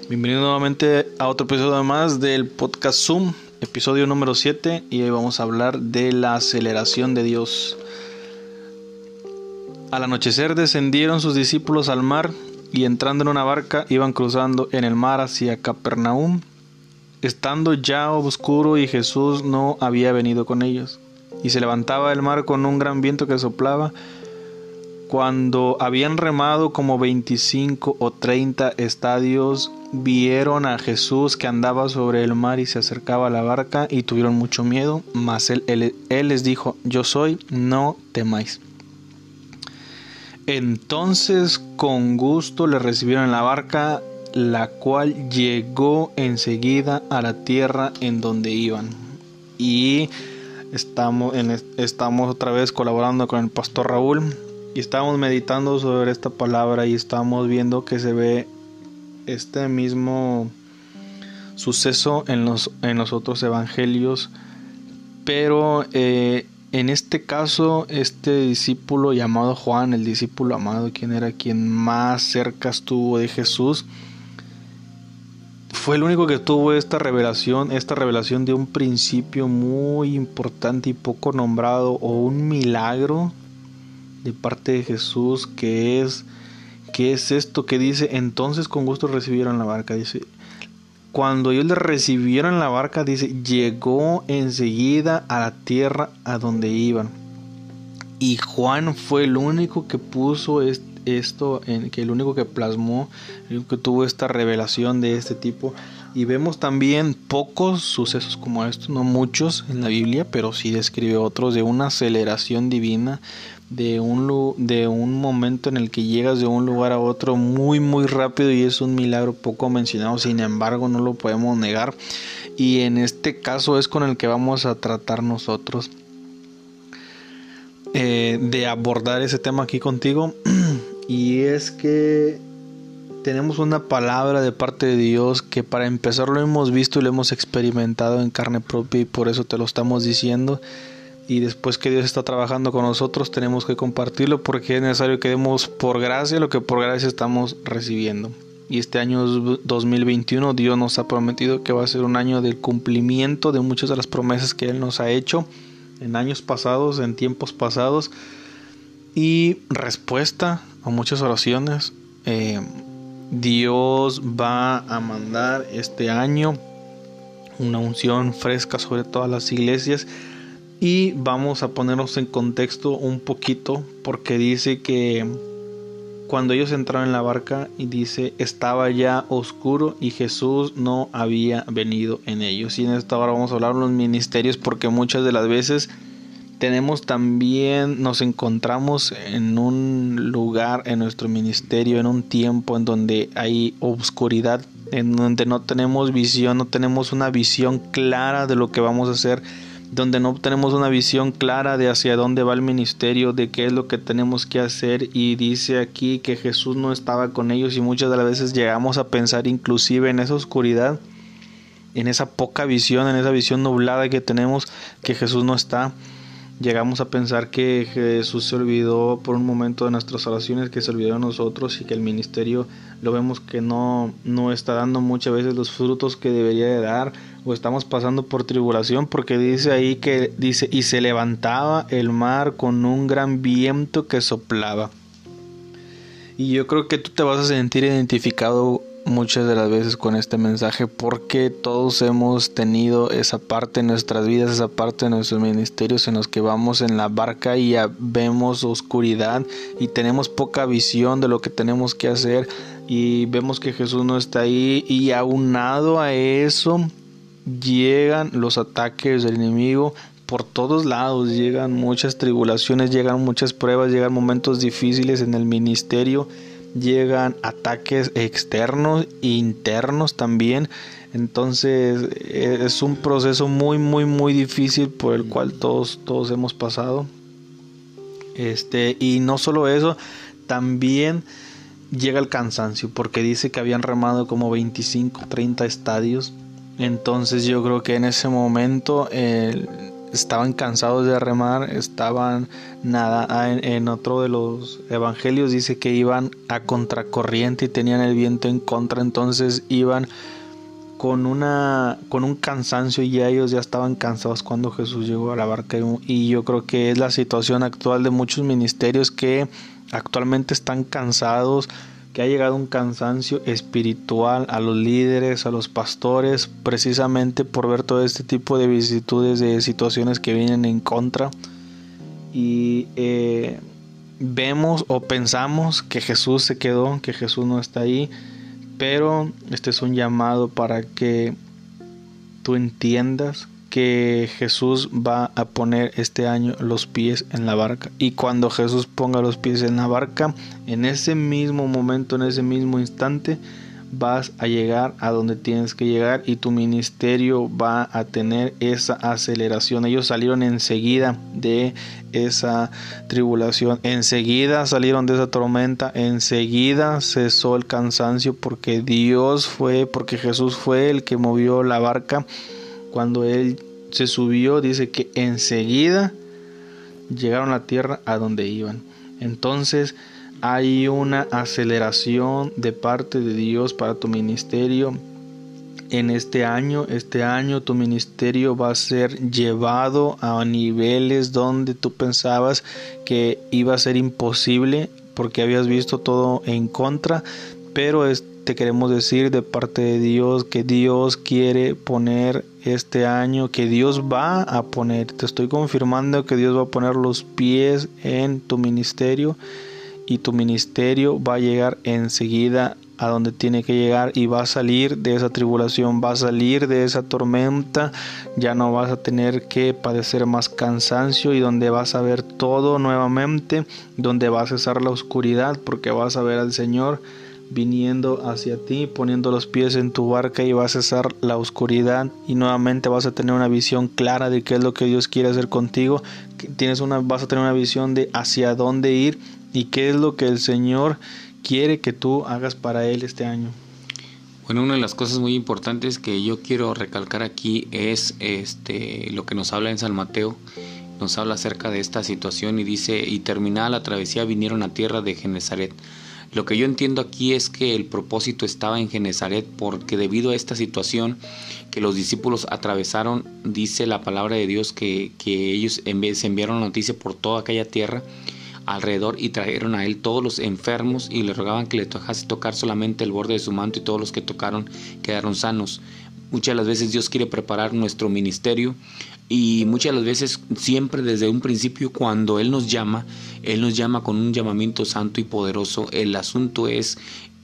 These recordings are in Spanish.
Bienvenido nuevamente a otro episodio más del podcast Zoom, episodio número 7, y hoy vamos a hablar de la aceleración de Dios. Al anochecer descendieron sus discípulos al mar y entrando en una barca iban cruzando en el mar hacia Capernaum, estando ya oscuro y Jesús no había venido con ellos. Y se levantaba el mar con un gran viento que soplaba. Cuando habían remado como 25 o 30 estadios, vieron a Jesús que andaba sobre el mar y se acercaba a la barca y tuvieron mucho miedo, mas él les dijo: yo soy, no temáis. Entonces con gusto le recibieron en la barca, la cual llegó enseguida a la tierra en donde iban. Y estamos otra vez colaborando con el pastor Raúl. Y estábamos meditando sobre esta palabra y estábamos viendo que se ve este mismo suceso en los otros evangelios. Pero en este caso, este discípulo llamado Juan, el discípulo amado, quien más cerca estuvo de Jesús, fue el único que tuvo esta revelación de un principio muy importante y poco nombrado, o un milagro de parte de Jesús, que es esto que dice: entonces con gusto recibieron la barca. Dice, cuando ellos le recibieron la barca, dice, llegó enseguida a la tierra a donde iban. Y Juan fue el único que puso el único que plasmó, el único que tuvo esta revelación de este tipo. Y vemos también pocos sucesos como estos, no muchos en la Biblia, pero sí describe otros, de una aceleración divina, de un momento en el que llegas de un lugar a otro muy muy rápido, y es un milagro poco mencionado, sin embargo no lo podemos negar, y en este caso es con el que vamos a tratar nosotros de abordar ese tema aquí contigo. Y es que tenemos una palabra de parte de Dios que, para empezar, lo hemos visto y lo hemos experimentado en carne propia, y por eso te lo estamos diciendo. Y después que Dios está trabajando con nosotros, tenemos que compartirlo, porque es necesario que demos por gracia lo que por gracia estamos recibiendo. Y este año 2021 Dios nos ha prometido que va a ser un año del cumplimiento de muchas de las promesas que Él nos ha hecho en años pasados, en tiempos pasados, y respuesta a muchas oraciones. Dios va a mandar este año una unción fresca sobre todas las iglesias. Y vamos a ponernos en contexto un poquito, porque dice que cuando ellos entraron en la barca, y dice, estaba ya oscuro y Jesús no había venido en ellos. Y en esta hora vamos a hablar de los ministerios, porque muchas de las veces nos encontramos en un lugar en nuestro ministerio, en un tiempo en donde hay oscuridad, en donde no tenemos visión, no tenemos una visión clara de lo que vamos a hacer, donde no tenemos una visión clara de hacia dónde va el ministerio, de qué es lo que tenemos que hacer. Y dice aquí que Jesús no estaba con ellos, y muchas de las veces llegamos a pensar, inclusive en esa oscuridad, en esa poca visión, en esa visión nublada que tenemos, que Jesús no está. Llegamos a pensar que Jesús se olvidó por un momento de nuestras oraciones, que se olvidó de nosotros, y que el ministerio lo vemos que no está dando muchas veces los frutos que debería de dar, o estamos pasando por tribulación, porque dice ahí que dice, y se levantaba el mar con un gran viento que soplaba. Y yo creo que tú te vas a sentir identificado muchas de las veces con este mensaje, porque todos hemos tenido esa parte en nuestras vidas, esa parte de nuestros ministerios en los que vamos en la barca y ya vemos oscuridad y tenemos poca visión de lo que tenemos que hacer, y vemos que Jesús no está ahí, y aunado a eso llegan los ataques del enemigo por todos lados, llegan muchas tribulaciones, llegan muchas pruebas, llegan momentos difíciles en el ministerio, llegan ataques externos e internos también. Entonces es un proceso muy muy muy difícil por el cual todos hemos pasado. Y no solo eso, también llega el cansancio, porque dice que habían remado como 25, 30 estadios. Entonces yo creo que en ese momento estaban cansados de remar, estaban nada. En otro de los evangelios dice que iban a contracorriente y tenían el viento en contra, entonces iban con un cansancio y ya ellos ya estaban cansados cuando Jesús llegó a la barca. Y yo creo que es la situación actual de muchos ministerios que actualmente están cansados, que ha llegado un cansancio espiritual a los líderes, a los pastores, precisamente por ver todo este tipo de vicisitudes, de situaciones que vienen en contra. Y vemos o pensamos que Jesús se quedó, que Jesús no está ahí, pero este es un llamado para que tú entiendas que Jesús va a poner este año los pies en la barca, y cuando Jesús ponga los pies en la barca, en ese mismo momento, en ese mismo instante, vas a llegar a donde tienes que llegar y tu ministerio va a tener esa aceleración. Ellos salieron enseguida de esa tribulación, enseguida salieron de esa tormenta, enseguida cesó el cansancio, porque Jesús fue el que movió la barca. Cuando él se subió, dice que enseguida llegaron a la tierra a donde iban. Entonces hay una aceleración de parte de Dios para tu ministerio en este año. Este año tu ministerio va a ser llevado a niveles donde tú pensabas que iba a ser imposible porque habías visto todo en contra, pero te queremos decir de parte de Dios que Dios quiere poner este año, que Dios va a poner, te estoy confirmando que Dios va a poner los pies en tu ministerio, y tu ministerio va a llegar enseguida a donde tiene que llegar y va a salir de esa tribulación, va a salir de esa tormenta. Ya no vas a tener que padecer más cansancio, y donde vas a ver todo nuevamente, donde va a cesar la oscuridad, porque vas a ver al Señor viniendo hacia ti, poniendo los pies en tu barca, y va a cesar la oscuridad, y nuevamente vas a tener una visión clara de qué es lo que Dios quiere hacer contigo. Vas a tener una visión de hacia dónde ir y qué es lo que el Señor quiere que tú hagas para Él este año. Bueno, una de las cosas muy importantes que yo quiero recalcar aquí es lo que nos habla en San Mateo. Nos habla acerca de esta situación y dice: y terminada la travesía vinieron a tierra de Genesaret. Lo que yo entiendo aquí es que el propósito estaba en Genesaret, porque debido a esta situación que los discípulos atravesaron, dice la palabra de Dios que ellos se enviaron noticia por toda aquella tierra alrededor, y trajeron a él todos los enfermos y le rogaban que le dejase tocar solamente el borde de su manto, y todos los que tocaron quedaron sanos. Muchas de las veces Dios quiere preparar nuestro ministerio, y muchas de las veces, siempre desde un principio, cuando Él nos llama con un llamamiento santo y poderoso. El asunto es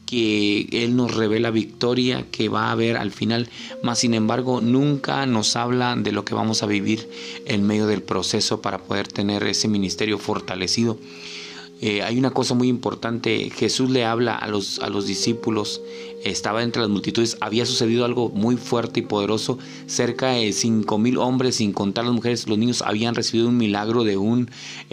que Él nos revela victoria que va a haber al final, mas sin embargo nunca nos habla de lo que vamos a vivir en medio del proceso para poder tener ese ministerio fortalecido. Hay una cosa muy importante. Jesús le habla a los discípulos, estaba entre las multitudes, había sucedido algo muy fuerte y poderoso. Cerca de 5,000 hombres, sin contar las mujeres, los niños, habían recibido un milagro de un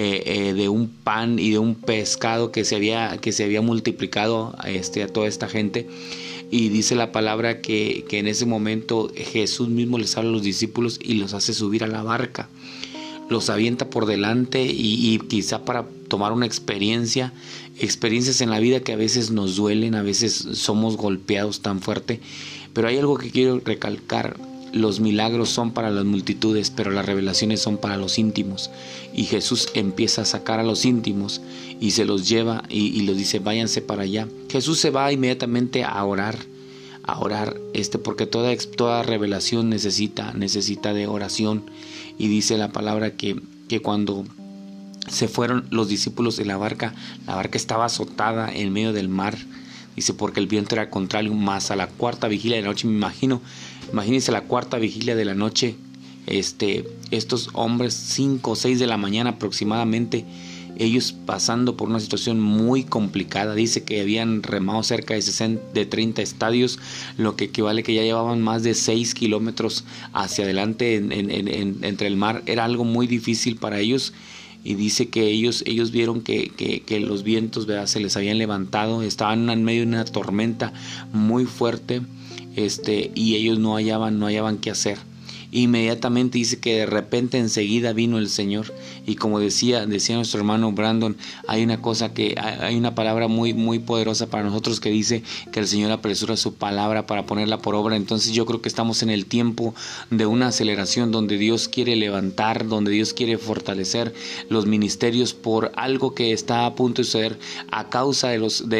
pan y de un pescado que se había multiplicado a toda esta gente. Y dice la palabra que en ese momento Jesús mismo les habla a los discípulos y los hace subir a la barca. Los avienta por delante y quizá para tomar una experiencias en la vida que a veces nos duelen, a veces somos golpeados tan fuerte. Pero hay algo que quiero recalcar: los milagros son para las multitudes, pero las revelaciones son para los íntimos. Y Jesús empieza a sacar a los íntimos y se los lleva y los dice: váyanse para allá. Jesús se va inmediatamente a orar, porque toda revelación necesita de oración. Y dice la palabra que cuando se fueron los discípulos de la barca estaba azotada en medio del mar. Dice, porque el viento era contrario. Más a la cuarta vigilia de la noche, imagínense la cuarta vigilia de la noche, estos hombres, 5 o 6 de la mañana aproximadamente, ellos pasando por una situación muy complicada. Dice que habían remado cerca de 30 estadios, lo que equivale que ya llevaban más de 6 kilómetros hacia adelante entre el mar. Era algo muy difícil para ellos. Y dice que ellos vieron que los vientos, ¿verdad?, se les habían levantado, estaban en medio de una tormenta muy fuerte, y ellos no hallaban qué hacer. Inmediatamente dice que de repente enseguida vino el Señor. Y como decía nuestro hermano Brandon, hay una palabra muy poderosa para nosotros que dice que el Señor apresura su palabra para ponerla por obra. Entonces yo creo que estamos en el tiempo de una aceleración donde Dios quiere levantar, donde Dios quiere fortalecer los ministerios por algo que está a punto de suceder a causa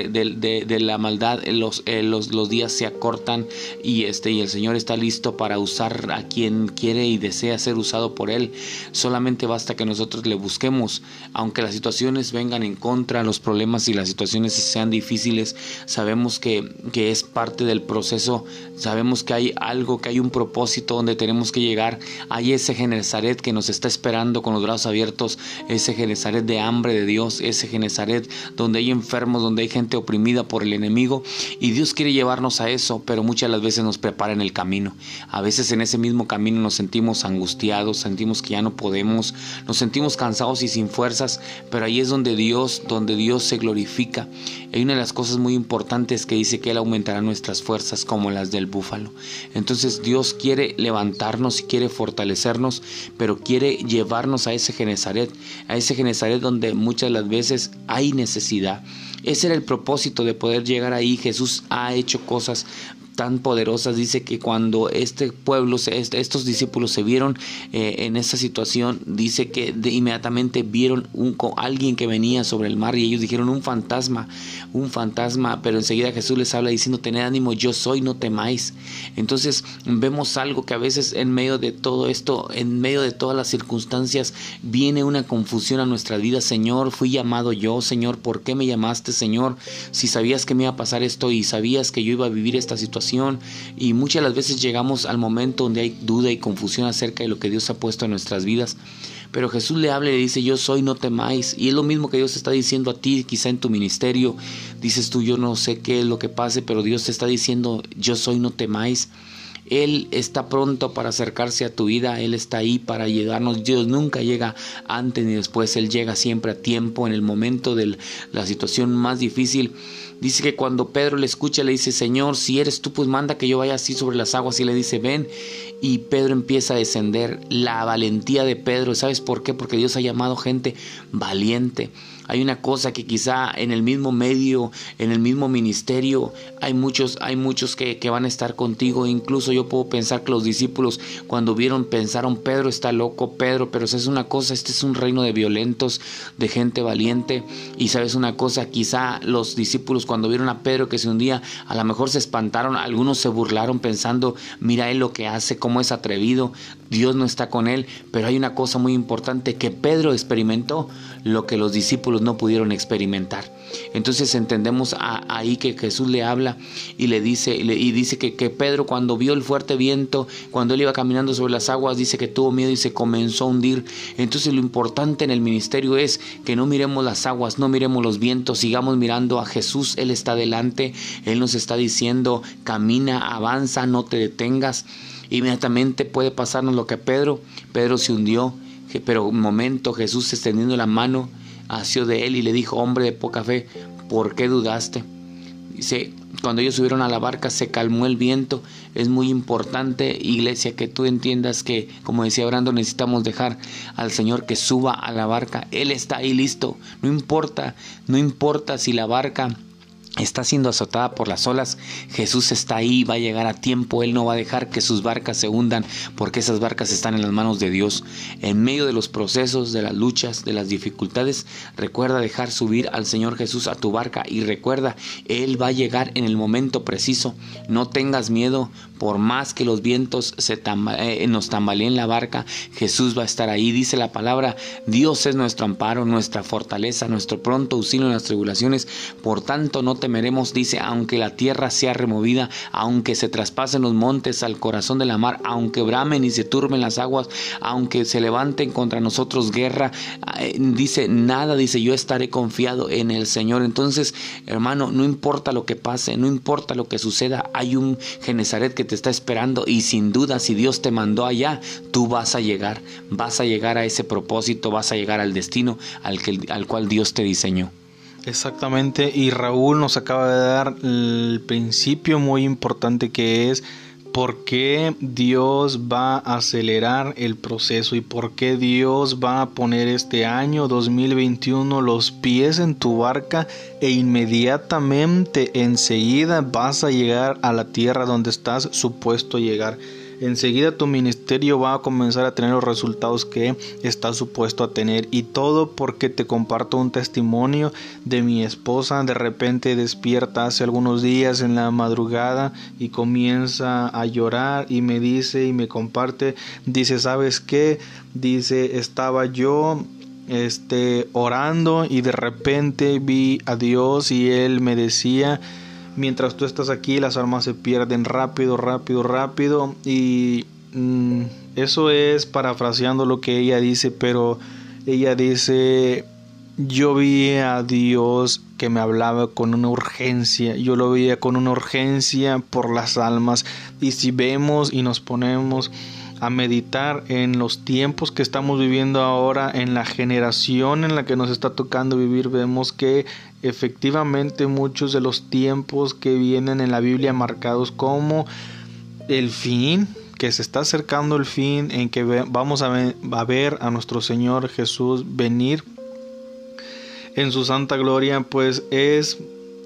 de la maldad. Los días se acortan y el Señor está listo para usar a quien quiere y desea ser usado por Él. Solamente basta que nosotros le busquemos, aunque las situaciones vengan en contra, los problemas y las situaciones sean difíciles. Sabemos que es parte del proceso, sabemos que hay algo, que hay un propósito donde tenemos que llegar. Hay ese Genesaret que nos está esperando con los brazos abiertos, ese Genesaret de hambre de Dios, ese Genesaret donde hay enfermos, donde hay gente oprimida por el enemigo, y Dios quiere llevarnos a eso, pero muchas de las veces nos prepara en el camino. A veces en ese mismo camino nos sentimos angustiados, sentimos que ya no podemos, nos sentimos cansados y sin fuerzas, pero ahí es donde Dios se glorifica. Hay una de las cosas muy importantes que dice que Él aumentará nuestras fuerzas como las del búfalo. Entonces Dios quiere levantarnos y quiere fortalecernos, pero quiere llevarnos a ese Genesaret donde muchas de las veces hay necesidad. Ese era el propósito de poder llegar ahí. Jesús ha hecho cosas tan poderosas. Dice que cuando estos discípulos se vieron en esta situación, dice que inmediatamente vieron alguien que venía sobre el mar y ellos dijeron un fantasma, pero enseguida Jesús les habla diciendo: tened ánimo, yo soy, no temáis. Entonces vemos algo que a veces en medio de todo esto, en medio de todas las circunstancias, viene una confusión a nuestra vida. Señor, fui llamado yo. Señor, ¿por qué me llamaste, Señor? Si sabías que me iba a pasar esto y sabías que yo iba a vivir esta situación. Y muchas de las veces llegamos al momento donde hay duda y confusión acerca de lo que Dios ha puesto en nuestras vidas. Pero Jesús le habla y le dice: yo soy, no temáis. Y es lo mismo que Dios está diciendo a ti, quizá en tu ministerio. Dices tú: yo no sé qué es lo que pase, pero Dios te está diciendo: yo soy, no temáis. Él está pronto para acercarse a tu vida. Él está ahí para ayudarnos. Dios nunca llega antes ni después. Él llega siempre a tiempo, en el momento de la situación más difícil. Dice que cuando Pedro le escucha, le dice: Señor, si eres tú, pues manda que yo vaya así sobre las aguas. Y le dice: ven. Y Pedro empieza a descender. La valentía de Pedro, ¿sabes por qué? Porque Dios ha llamado gente valiente. Hay una cosa que quizá en el mismo medio, en el mismo ministerio, hay muchos que van a estar contigo. Incluso yo puedo pensar que los discípulos cuando pensaron: Pedro está loco, pero es una cosa, este es un reino de violentos, de gente valiente. Y sabes una cosa, quizá los discípulos cuando vieron a Pedro que se hundía, a lo mejor se espantaron, algunos se burlaron pensando: mira él lo que hace, cómo es atrevido, Dios no está con él. Pero hay una cosa muy importante, que Pedro experimentó lo que los discípulos no pudieron experimentar. Entonces entendemos ahí que Jesús le habla y le dice, que Pedro, cuando vio el fuerte viento, cuando él iba caminando sobre las aguas, dice que tuvo miedo y se comenzó a hundir. Entonces lo importante en el ministerio es que no miremos las aguas, no miremos los vientos, sigamos mirando a Jesús. Él está delante, Él nos está diciendo: camina, avanza, no te detengas. Inmediatamente puede pasarnos lo que a Pedro se hundió, pero un momento Jesús, extendiendo la mano, asió de él y le dijo: hombre de poca fe, ¿por qué dudaste? Dice, cuando ellos subieron a la barca se calmó el viento. Es muy importante, iglesia, que tú entiendas que, como decía Brandon, necesitamos dejar al Señor que suba a la barca. Él está ahí listo. No importa si la barca está siendo azotada por las olas, Jesús está ahí, va a llegar a tiempo. Él no va a dejar que sus barcas se hundan, porque esas barcas están en las manos de Dios. En medio de los procesos, de las luchas, de las dificultades, recuerda dejar subir al Señor Jesús a tu barca, y recuerda, Él va a llegar en el momento preciso. No tengas miedo, por más que los vientos nos tambaleen la barca, Jesús va a estar ahí. Dice la palabra: Dios es nuestro amparo, nuestra fortaleza, nuestro pronto auxilio en las tribulaciones. Por tanto no temeremos, dice, aunque la tierra sea removida, aunque se traspasen los montes al corazón de la mar, aunque bramen y se turben las aguas, aunque se levanten contra nosotros guerra, dice, nada, dice, yo estaré confiado en el Señor. Entonces, hermano, no importa lo que pase, no importa lo que suceda, hay un Genesaret que te está esperando, y sin duda, si Dios te mandó allá, tú vas a llegar a ese propósito, vas a llegar al destino al cual Dios te diseñó. Exactamente, y Raúl nos acaba de dar el principio muy importante, que es: por qué Dios va a acelerar el proceso y por qué Dios va a poner este año 2021 los pies en tu barca e inmediatamente enseguida vas a llegar a la tierra donde estás supuesto llegar. Enseguida tu ministerio va a comenzar a tener los resultados que está supuesto a tener, y todo porque te comparto un testimonio de mi esposa. De repente despierta hace algunos días en la madrugada y comienza a llorar y me dice y me comparte, dice, ¿sabes qué? Dice, estaba yo orando y de repente vi a Dios y Él me decía, mientras tú estás aquí las almas se pierden rápido y eso es parafraseando lo que ella dice, pero ella dice, yo vi a Dios que me hablaba con una urgencia, yo lo veía con una urgencia por las almas. Y si vemos y nos ponemos a meditar en los tiempos que estamos viviendo ahora, en la generación en la que nos está tocando vivir, vemos que efectivamente muchos de los tiempos que vienen en la Biblia marcados como el fin, que se está acercando el fin, en que vamos a ver a nuestro Señor Jesús venir en su santa gloria, pues es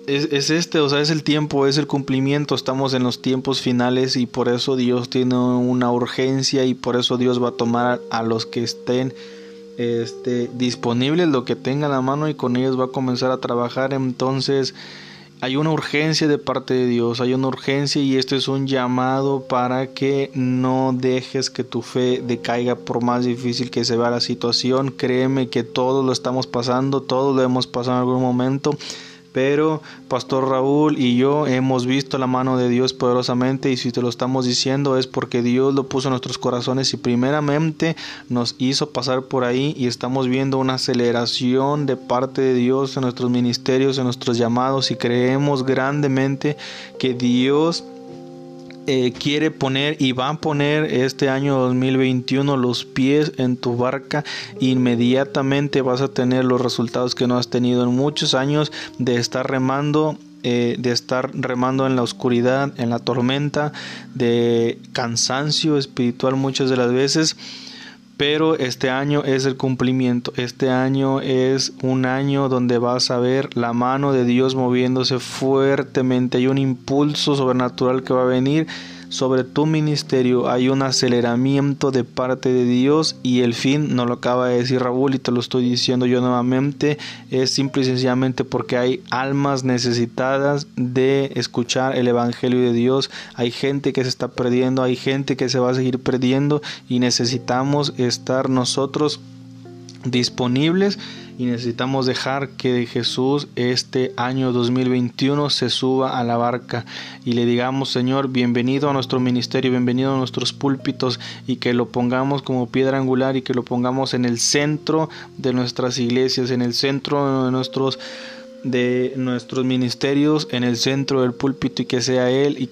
el tiempo, es el cumplimiento. Estamos en los tiempos finales y por eso Dios tiene una urgencia y por eso Dios va a tomar a los que estén disponibles, lo que tengan a mano, y con ellos va a comenzar a trabajar. Entonces hay una urgencia de parte de Dios, hay una urgencia, y esto es un llamado para que no dejes que tu fe decaiga por más difícil que se vea la situación. Créeme que todos lo estamos pasando, todos lo hemos pasado en algún momento, pero Pastor Raúl y yo hemos visto la mano de Dios poderosamente, y si te lo estamos diciendo es porque Dios lo puso en nuestros corazones y primeramente nos hizo pasar por ahí, y estamos viendo una aceleración de parte de Dios en nuestros ministerios, en nuestros llamados, y creemos grandemente que Dios quiere poner y va a poner este año 2021 los pies en tu barca. Inmediatamente vas a tener los resultados que no has tenido en muchos años de estar remando en la oscuridad, en la tormenta, de cansancio espiritual muchas de las veces. Pero este año es el cumplimiento. Este año es un año donde vas a ver la mano de Dios moviéndose fuertemente. Hay un impulso sobrenatural que va a venir sobre tu ministerio. Hay un aceleramiento de parte de Dios, y el fin nos lo acaba de decir Raúl y te lo estoy diciendo yo nuevamente. Es simple y sencillamente porque hay almas necesitadas de escuchar el evangelio de Dios. Hay gente que se está perdiendo, hay gente que se va a seguir perdiendo, y necesitamos estar nosotros disponibles, y necesitamos dejar que Jesús este año 2021 se suba a la barca y le digamos, Señor, bienvenido a nuestro ministerio, bienvenido a nuestros púlpitos, y que lo pongamos como piedra angular y que lo pongamos en el centro de nuestras iglesias, en el centro de nuestros ministerios, en el centro del púlpito, y que sea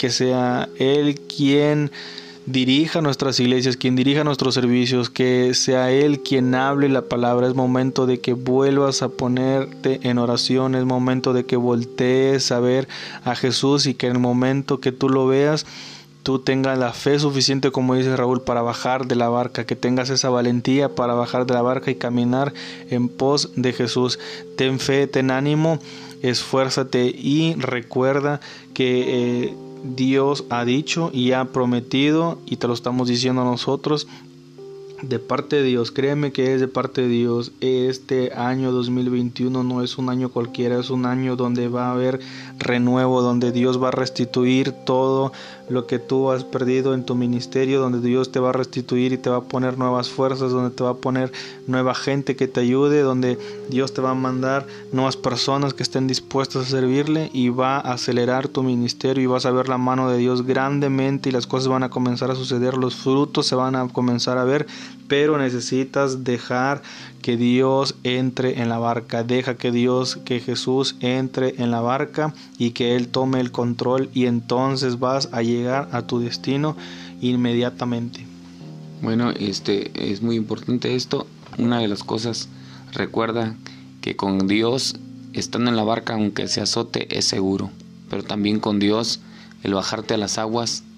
Él quien dirija nuestras iglesias, quien dirija nuestros servicios, que sea Él quien hable la palabra. Es momento de que vuelvas a ponerte en oración, es momento de que voltees a ver a Jesús, y que en el momento que tú lo veas, tú tengas la fe suficiente, como dice Raúl, para bajar de la barca, que tengas esa valentía para bajar de la barca y caminar en pos de Jesús. Ten fe, ten ánimo, esfuérzate y recuerda que Dios ha dicho y ha prometido, y te lo estamos diciendo a nosotros, de parte de Dios. Créeme que es de parte de Dios. Este año 2021 no es un año cualquiera, es un año donde va a haber renuevo, donde Dios va a restituir todo lo que tú has perdido en tu ministerio, donde Dios te va a restituir y te va a poner nuevas fuerzas, donde te va a poner nueva gente que te ayude, donde Dios te va a mandar nuevas personas que estén dispuestas a servirle, y va a acelerar tu ministerio, y vas a ver la mano de Dios grandemente, y las cosas van a comenzar a suceder, los frutos se van a comenzar a ver. Pero necesitas dejar que Dios entre en la barca. Deja que Jesús entre en la barca y que Él tome el control, y entonces vas a llegar a tu destino inmediatamente. Bueno, es muy importante esto. Una de las cosas, recuerda que con Dios, estando en la barca, aunque se azote, es seguro. Pero también con Dios, el bajarte a las aguas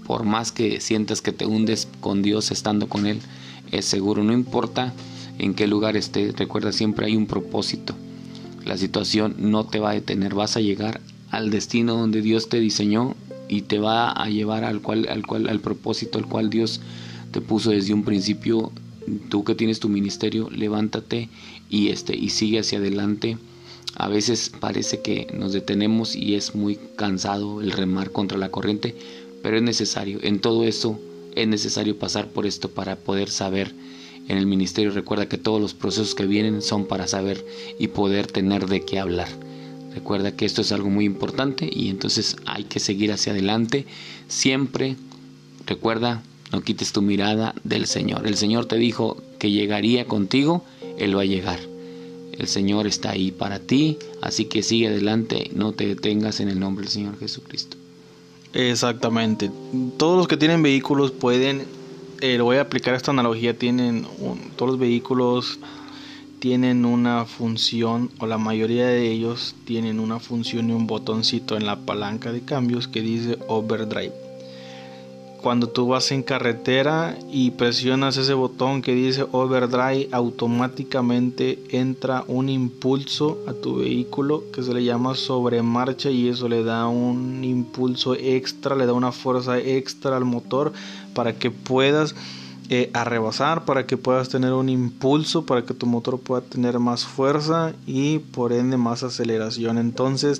por más que sientas que te hundes con Dios estando con Él, es seguro. No importa en qué lugar estés, recuerda, siempre hay un propósito. La situación no te va a detener, vas a llegar al destino donde Dios te diseñó y te va a llevar al propósito al cual Dios te puso desde un principio. Tú que tienes tu ministerio, levántate y sigue hacia adelante. A veces parece que nos detenemos y es muy cansado el remar contra la corriente, pero es necesario. En todo eso es necesario pasar por esto para poder saber. En el ministerio recuerda que todos los procesos que vienen son para saber y poder tener de qué hablar. Recuerda que esto es algo muy importante y entonces hay que seguir hacia adelante. Siempre recuerda, no quites tu mirada del Señor. El Señor te dijo que llegaría contigo, Él va a llegar. El Señor está ahí para ti, así que sigue adelante, no te detengas en el nombre del Señor Jesucristo. Exactamente. Todos los que tienen vehículos pueden, lo voy a aplicar esta analogía, todos los vehículos tienen una función, o la mayoría de ellos tienen una función y un botoncito en la palanca de cambios que dice overdrive. Cuando tú vas en carretera y presionas ese botón que dice overdrive, automáticamente entra un impulso a tu vehículo que se le llama sobremarcha, y eso le da un impulso extra, le da una fuerza extra al motor para que puedas a rebasar, para que puedas tener un impulso, para que tu motor pueda tener más fuerza y por ende más aceleración. Entonces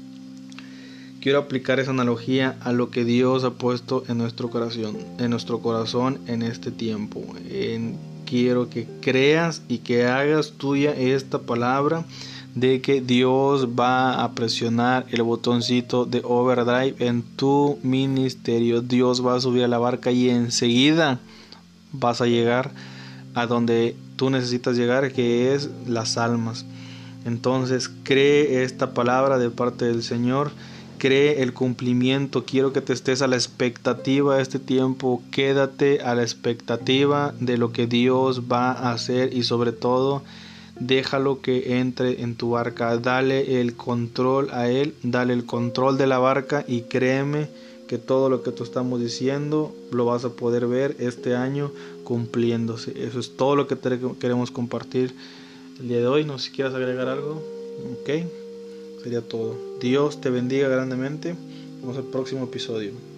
quiero aplicar esa analogía a lo que Dios ha puesto en nuestro corazón en este tiempo. Quiero que creas y que hagas tuya esta palabra de que Dios va a presionar el botoncito de overdrive en tu ministerio. Dios va a subir a la barca y enseguida vas a llegar a donde tú necesitas llegar, que es las almas. Entonces cree esta palabra de parte del Señor, cree el cumplimiento. Quiero que te estés a la expectativa de este tiempo, quédate a la expectativa de lo que Dios va a hacer y sobre todo déjalo que entre en tu barca, dale el control a Él, dale el control de la barca y créeme que todo lo que te estamos diciendo lo vas a poder ver este año cumpliéndose. Eso es todo lo que queremos compartir el día de hoy. No sé si quieres agregar algo. Ok, sería todo. Dios te bendiga grandemente. Vamos al próximo episodio.